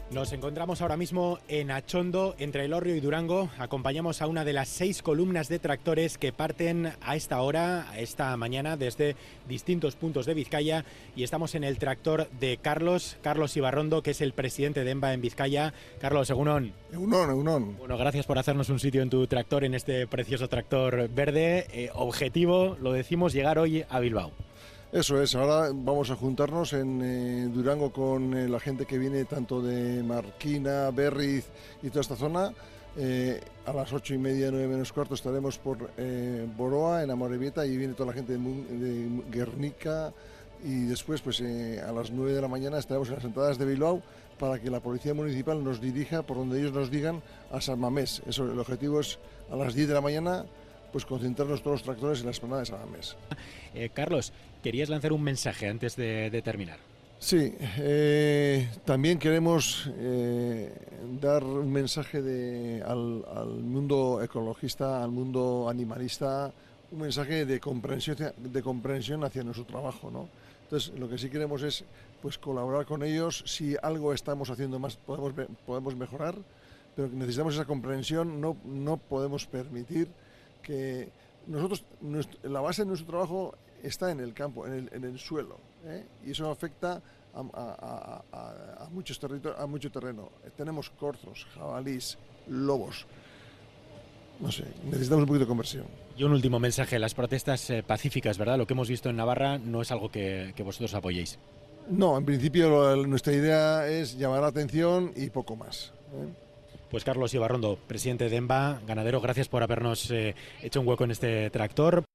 Nos encontramos ahora mismo en Achondo, entre Elorrio y Durango. Acompañamos a una de las 6 columnas de tractores que parten a esta hora, a esta mañana, desde distintos puntos de Vizcaya. Y estamos en el tractor de Carlos Ibarrondo, que es el presidente de EMBA en Vizcaya. Carlos, egunon. Egunon. Bueno, gracias por hacernos un sitio en tu tractor, en este precioso tractor verde. Objetivo, lo decimos, llegar hoy a Bilbao. Eso es, ahora vamos a juntarnos en Durango con la gente que viene tanto de Marquina, Berriz y toda esta zona. A las 8:30, 9 menos cuarto estaremos por Boroa, en Amorebieta, y viene toda la gente de Guernica, y después pues a las 9 de la mañana estaremos en las entradas de Bilbao para que la policía municipal nos dirija por donde ellos nos digan a San Mamés. Eso, el objetivo es a las 10 de la mañana pues concentrarnos todos los tractores en la explanada de San Mamés. Carlos, querías lanzar un mensaje antes de terminar. Sí, también queremos dar un mensaje al mundo ecologista, al mundo animalista, un mensaje de comprensión hacia nuestro trabajo, ¿no? Entonces, lo que sí queremos es pues colaborar con ellos. Si algo estamos haciendo más, podemos mejorar, pero necesitamos esa comprensión. No podemos permitir que nosotros, la base de nuestro trabajo está en el campo, en el suelo, y eso afecta a muchos territorios, a mucho terreno. Tenemos corzos, jabalís, lobos. No sé, necesitamos un poquito de conversión. Y un último mensaje: las protestas pacíficas, ¿verdad? Lo que hemos visto en Navarra no es algo que vosotros apoyéis. No, en principio nuestra idea es llamar la atención y poco más. Pues Carlos Ibarrondo, presidente de EMBA, ganadero, gracias por habernos hecho un hueco en este tractor.